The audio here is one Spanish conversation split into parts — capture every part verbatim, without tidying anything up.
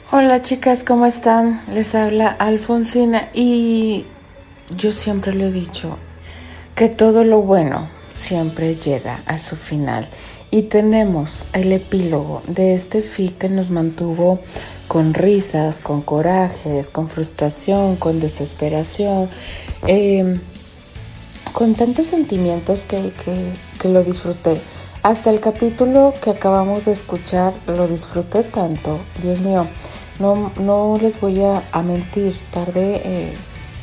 Hola chicas, ¿cómo están? Les habla Alfonsina y yo siempre lo he dicho, que todo lo bueno siempre llega a su final. Y tenemos el epílogo de este fic que nos mantuvo con risas, con corajes, con frustración, con desesperación, eh, con tantos sentimientos que, que, que lo disfruté. Hasta el capítulo que acabamos de escuchar lo disfruté tanto, Dios mío. No, no les voy a, a mentir, tardé eh,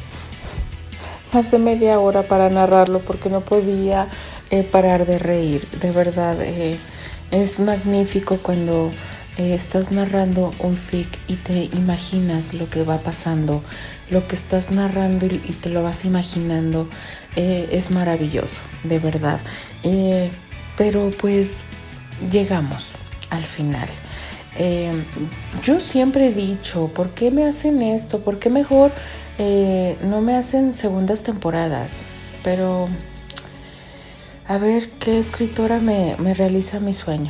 más de media hora para narrarlo porque no podía eh, parar de reír. De verdad, eh, es magnífico cuando eh, estás narrando un fic y te imaginas lo que va pasando, lo que estás narrando y, y te lo vas imaginando. Eh, es maravilloso, de verdad. Eh, pero pues llegamos al final. Eh, yo siempre he dicho, ¿por qué me hacen esto? ¿Por qué mejor eh, no me hacen segundas temporadas? Pero a ver qué escritora me, me realiza mi sueño.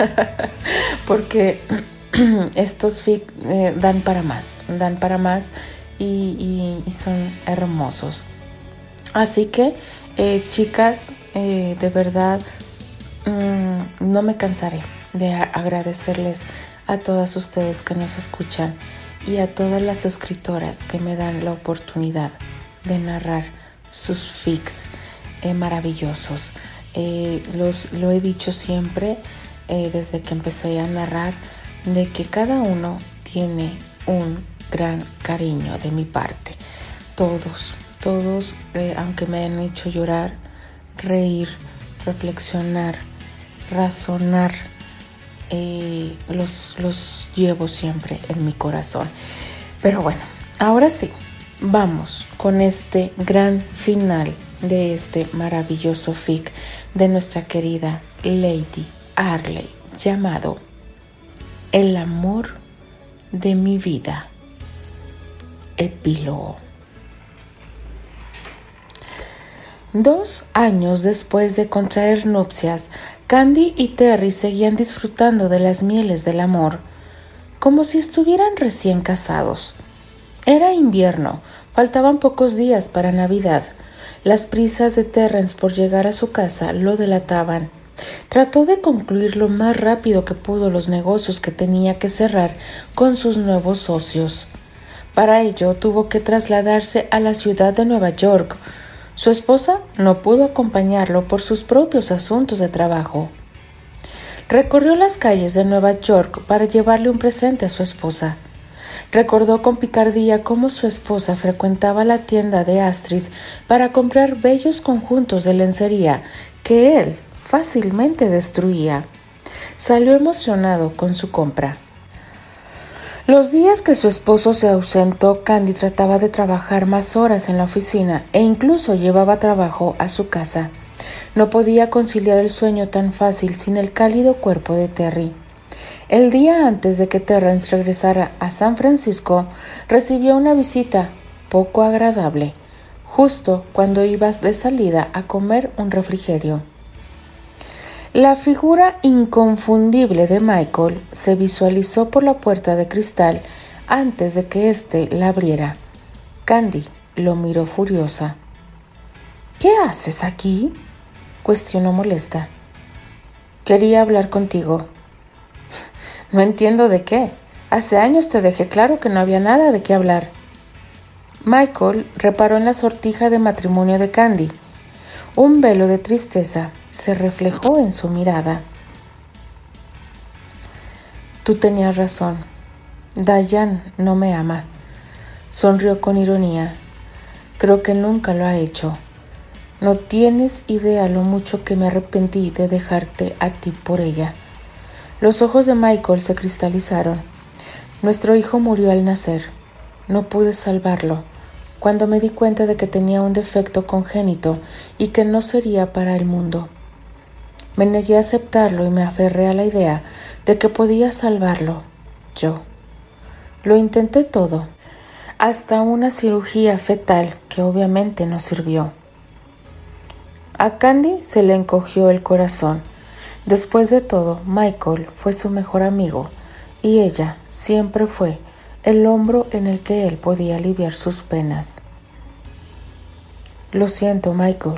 Porque estos fic eh, dan para más, dan para más y, y, y son hermosos. Así que, eh, chicas, eh, de verdad, mmm, no me cansaré de a- agradecerles a todas ustedes que nos escuchan y a todas las escritoras que me dan la oportunidad de narrar sus fics eh, maravillosos. Eh, los, lo he dicho siempre eh, desde que empecé a narrar, de que cada uno tiene un gran cariño de mi parte. Todos, todos, eh, aunque me han hecho llorar, reír, reflexionar, razonar, Eh, los, los llevo siempre en mi corazón. Pero bueno, ahora sí, vamos con este gran final de este maravilloso fic de nuestra querida Lady Arley, llamado El amor de mi vida. Epílogo. Dos años después de contraer nupcias, Candy y Terry seguían disfrutando de las mieles del amor, como si estuvieran recién casados. Era invierno, faltaban pocos días para Navidad. Las prisas de Terrence por llegar a su casa lo delataban. Trató de concluir lo más rápido que pudo los negocios que tenía que cerrar con sus nuevos socios. Para ello tuvo que trasladarse a la ciudad de Nueva York. Su esposa no pudo acompañarlo por sus propios asuntos de trabajo. Recorrió las calles de Nueva York para llevarle un presente a su esposa. Recordó con picardía cómo su esposa frecuentaba la tienda de Astrid para comprar bellos conjuntos de lencería que él fácilmente destruía. Salió emocionado con su compra. Los días que su esposo se ausentó, Candy trataba de trabajar más horas en la oficina e incluso llevaba trabajo a su casa. No podía conciliar el sueño tan fácil sin el cálido cuerpo de Terry. El día antes de que Terrence regresara a San Francisco, recibió una visita poco agradable, justo cuando iba de salida a comer un refrigerio. La figura inconfundible de Michael se visualizó por la puerta de cristal antes de que éste la abriera. Candy lo miró furiosa. «¿Qué haces aquí?», cuestionó molesta. «Quería hablar contigo». «No entiendo de qué. Hace años te dejé claro que no había nada de qué hablar». Michael reparó en la sortija de matrimonio de Candy. Un velo de tristeza se reflejó en su mirada. «Tú tenías razón. Diane no me ama». Sonrió con ironía. «Creo que nunca lo ha hecho. No tienes idea lo mucho que me arrepentí de dejarte a ti por ella». Los ojos de Michael se cristalizaron. «Nuestro hijo murió al nacer. No pude salvarlo. Cuando me di cuenta de que tenía un defecto congénito y que no sería para el mundo. Me negué a aceptarlo y me aferré a la idea de que podía salvarlo yo. Lo intenté todo, hasta una cirugía fetal que obviamente no sirvió». A Candy se le encogió el corazón. Después de todo, Michael fue su mejor amigo y ella siempre fue el hombro en el que él podía aliviar sus penas. Lo siento, Michael.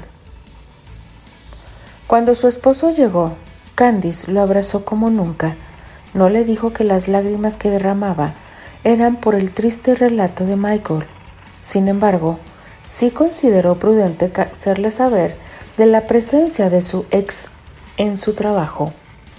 Cuando su esposo llegó, Candice lo abrazó como nunca. No le dijo que las lágrimas que derramaba eran por el triste relato de Michael. Sin embargo, sí consideró prudente hacerle saber de la presencia de su ex en su trabajo.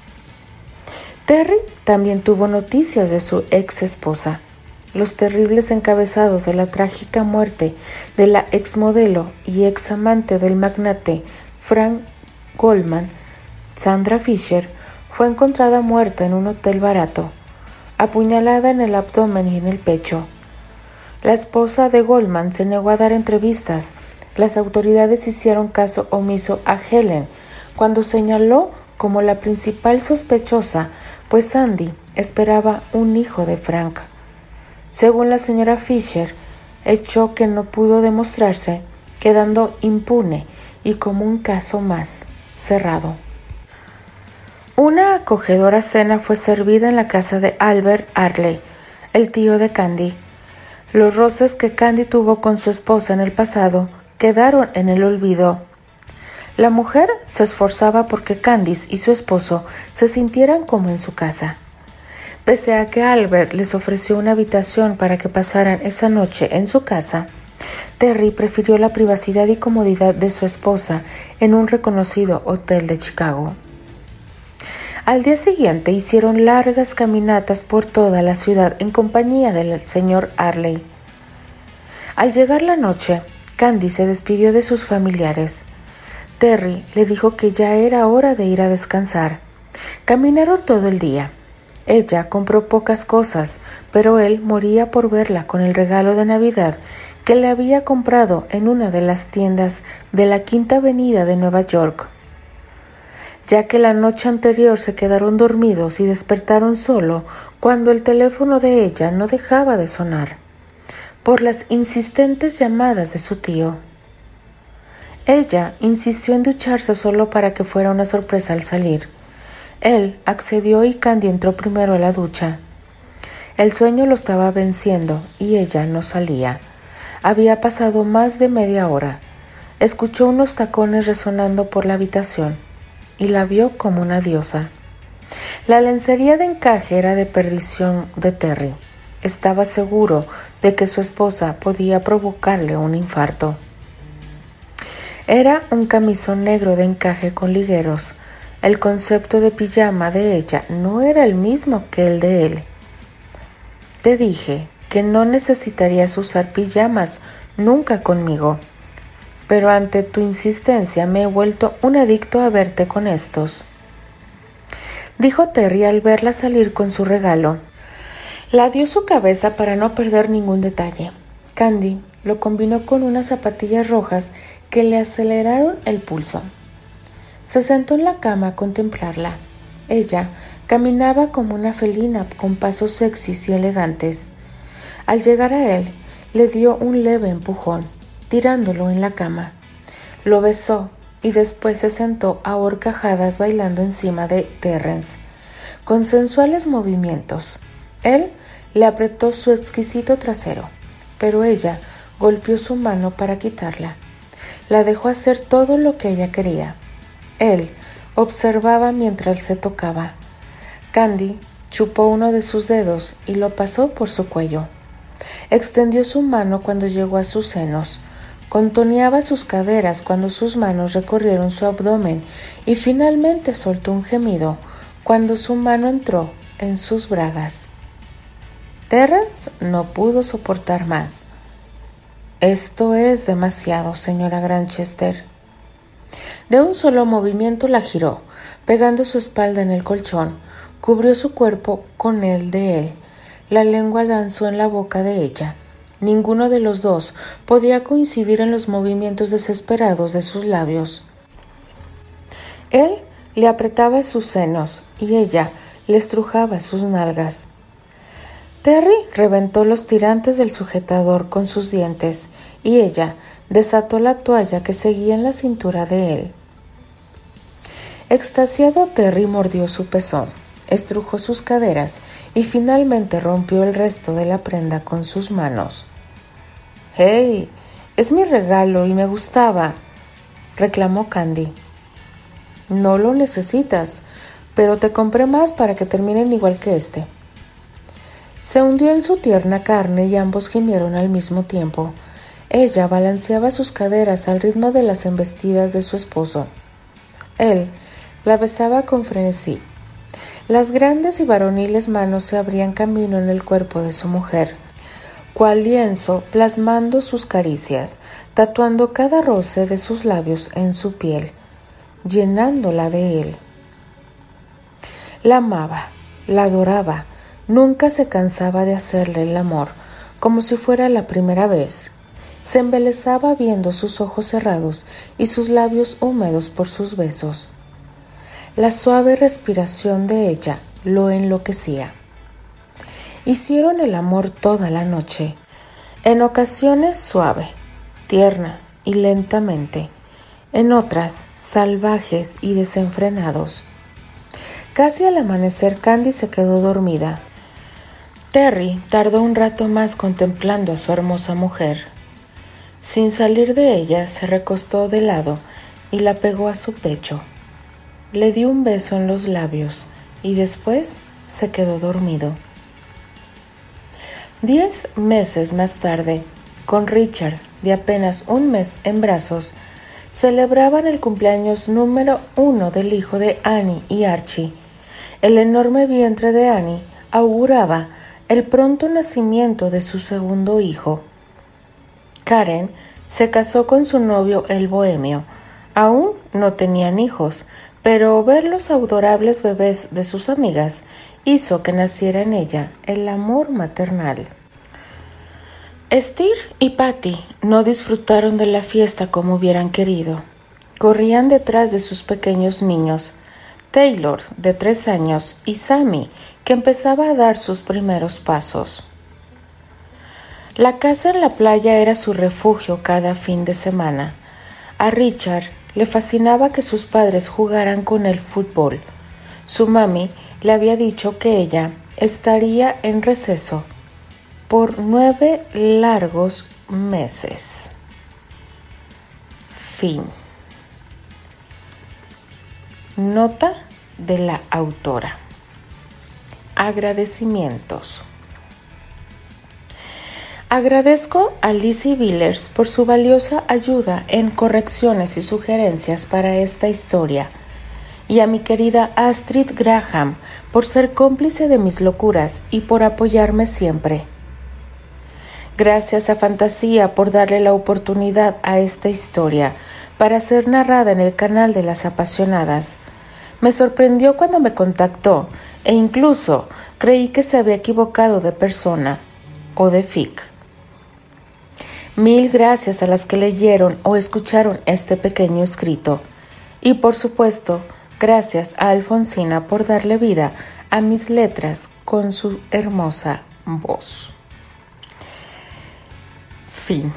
Terry también tuvo noticias de su ex esposa. Los terribles encabezados de la trágica muerte de la exmodelo y ex amante del magnate Frank Goldman, Sandra Fisher, fue encontrada muerta en un hotel barato, apuñalada en el abdomen y en el pecho. La esposa de Goldman se negó a dar entrevistas. Las autoridades hicieron caso omiso a Helen cuando señaló como la principal sospechosa, pues Sandy esperaba un hijo de Frank. Según la señora Fisher, hecho que no pudo demostrarse, quedando impune y como un caso más cerrado. Una acogedora cena fue servida en la casa de Albert Arley, el tío de Candy. Los roces que Candy tuvo con su esposa en el pasado quedaron en el olvido. La mujer se esforzaba porque Candice y su esposo se sintieran como en su casa. Pese a que Albert les ofreció una habitación para que pasaran esa noche en su casa, Terry prefirió la privacidad y comodidad de su esposa en un reconocido hotel de Chicago. Al día siguiente hicieron largas caminatas por toda la ciudad en compañía del señor Arley. Al llegar la noche, Candy se despidió de sus familiares. Terry le dijo que ya era hora de ir a descansar. Caminaron todo el día. Ella compró pocas cosas, pero él moría por verla con el regalo de Navidad que le había comprado en una de las tiendas de la Quinta Avenida de Nueva York. Ya que la noche anterior se quedaron dormidos y despertaron solo cuando el teléfono de ella no dejaba de sonar, por las insistentes llamadas de su tío. Ella insistió en ducharse solo para que fuera una sorpresa al salir. Él accedió y Candy entró primero a la ducha. El sueño lo estaba venciendo y ella no salía. Había pasado más de media hora. Escuchó unos tacones resonando por la habitación y la vio como una diosa. La lencería de encaje era de perdición de Terry. Estaba seguro de que su esposa podía provocarle un infarto. Era un camisón negro de encaje con ligueros. El concepto de pijama de ella no era el mismo que el de él. Te dije que no necesitarías usar pijamas nunca conmigo, pero ante tu insistencia me he vuelto un adicto a verte con estos, dijo Terry al verla salir con su regalo. La dio su cabeza para no perder ningún detalle. Candy lo combinó con unas zapatillas rojas que le aceleraron el pulso. Se sentó en la cama a contemplarla. Ella caminaba como una felina con pasos sexys y elegantes. Al llegar a él, le dio un leve empujón, tirándolo en la cama. Lo besó y después se sentó a horcajadas bailando encima de Terrence, con sensuales movimientos. Él le apretó su exquisito trasero, pero ella golpeó su mano para quitarla. La dejó hacer todo lo que ella quería. Él observaba mientras se tocaba. Candy chupó uno de sus dedos y lo pasó por su cuello. Extendió su mano cuando llegó a sus senos. Contoneaba sus caderas cuando sus manos recorrieron su abdomen y finalmente soltó un gemido cuando su mano entró en sus bragas. Terrence no pudo soportar más. Esto es demasiado, señora Granchester. De un solo movimiento la giró, pegando su espalda en el colchón, cubrió su cuerpo con el de él. La lengua danzó en la boca de ella. Ninguno de los dos podía coincidir en los movimientos desesperados de sus labios. Él le apretaba sus senos y ella le estrujaba sus nalgas. Terry reventó los tirantes del sujetador con sus dientes y ella desató la toalla que seguía en la cintura de él. Extasiado, Terry mordió su pezón. estrujó sus caderas y finalmente rompió el resto de la prenda con sus manos. «¡Hey! Es mi regalo y me gustaba», reclamó Candy. «No lo necesitas, pero te compré más para que terminen igual que este». Se hundió en su tierna carne y ambos gimieron al mismo tiempo. Ella balanceaba sus caderas al ritmo de las embestidas de su esposo. Él la besaba con frenesí. Las grandes y varoniles manos se abrían camino en el cuerpo de su mujer, cual lienzo plasmando sus caricias, tatuando cada roce de sus labios en su piel, llenándola de él. La amaba, la adoraba, nunca se cansaba de hacerle el amor, como si fuera la primera vez. Se embelesaba viendo sus ojos cerrados y sus labios húmedos por sus besos. La suave respiración de ella lo enloquecía. Hicieron el amor toda la noche, en ocasiones suave, tierna y lentamente, en otras salvajes y desenfrenados. Casi al amanecer Candy se quedó dormida. Terry tardó un rato más contemplando a su hermosa mujer. Sin salir de ella, se recostó de lado y la pegó a su pecho. Le dio un beso en los labios y después se quedó dormido. Diez meses más tarde, con Richard, de apenas un mes en brazos, celebraban el cumpleaños número uno del hijo de Annie y Archie. El enorme vientre de Annie auguraba el pronto nacimiento de su segundo hijo. Karen se casó con su novio el bohemio. Aún no tenían hijos, pero ver los adorables bebés de sus amigas hizo que naciera en ella el amor maternal. Esther y Patty no disfrutaron de la fiesta como hubieran querido. Corrían detrás de sus pequeños niños, Taylor, de tres años, y Sammy, que empezaba a dar sus primeros pasos. La casa en la playa era su refugio cada fin de semana. A Richard le fascinaba que sus padres jugaran con el fútbol. Su mami le había dicho que ella estaría en receso por nueve largos meses. Fin. Nota de la autora. Agradecimientos. Agradezco a Lizzie Villers por su valiosa ayuda en correcciones y sugerencias para esta historia, y a mi querida Astrid Graham por ser cómplice de mis locuras y por apoyarme siempre. Gracias a Fantasía por darle la oportunidad a esta historia para ser narrada en el canal de las apasionadas. Me sorprendió cuando me contactó e incluso creí que se había equivocado de persona o de fic. Mil gracias a las que leyeron o escucharon este pequeño escrito. Y por supuesto, gracias a Alfonsina por darle vida a mis letras con su hermosa voz. Fin.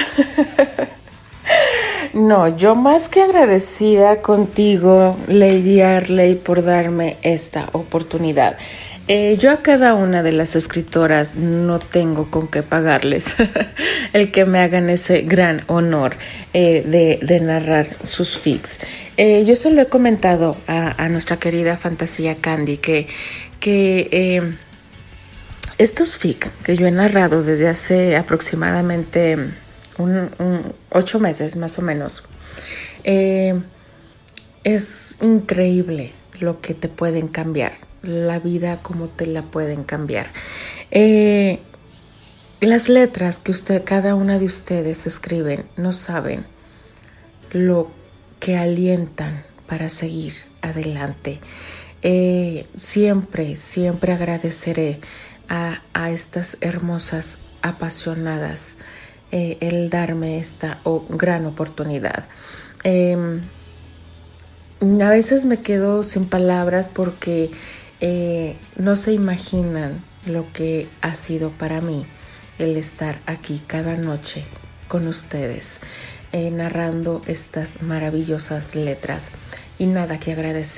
No, yo más que agradecida contigo, Lady Arley, por darme esta oportunidad. Eh, yo a cada una de las escritoras no tengo con qué pagarles el que me hagan ese gran honor eh, de, de narrar sus fics. Eh, yo se lo he comentado a, a nuestra querida Fantasía Candy que, que eh, estos fic que yo he narrado desde hace aproximadamente un, un, ocho meses más o menos, eh, es increíble lo que te pueden cambiar. La vida como te la pueden cambiar. Eh, las letras que usted, cada una de ustedes escriben, no saben lo que alientan para seguir adelante. Eh, siempre, siempre agradeceré a, a estas hermosas apasionadas eh, el darme esta oh, gran oportunidad. Eh, a veces me quedo sin palabras porque Eh, no se imaginan lo que ha sido para mí el estar aquí cada noche con ustedes, eh, narrando estas maravillosas letras. Y nada que agradecer,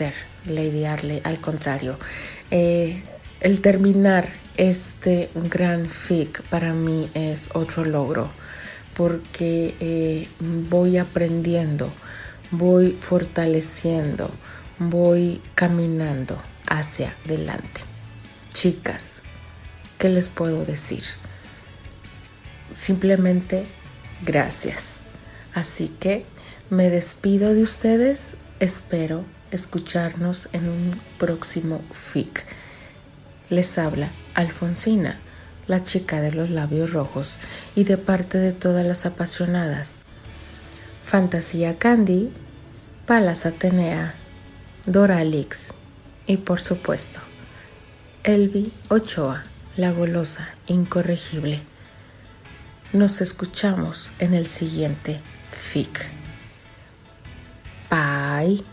Lady Arley, al contrario. Eh, el terminar este gran fic para mí es otro logro, porque eh, voy aprendiendo, voy fortaleciendo, voy caminando hacia adelante. Chicas, ¿qué les puedo decir? Simplemente gracias. Así que me despido de ustedes. Espero escucharnos en un próximo fic. Les habla Alfonsina, la chica de los labios rojos, y de parte de todas las apasionadas. Fantasía Candy, Palas Atenea, Doralix y por supuesto, Elvi Ochoa, la golosa incorregible. Nos escuchamos en el siguiente fic. Bye.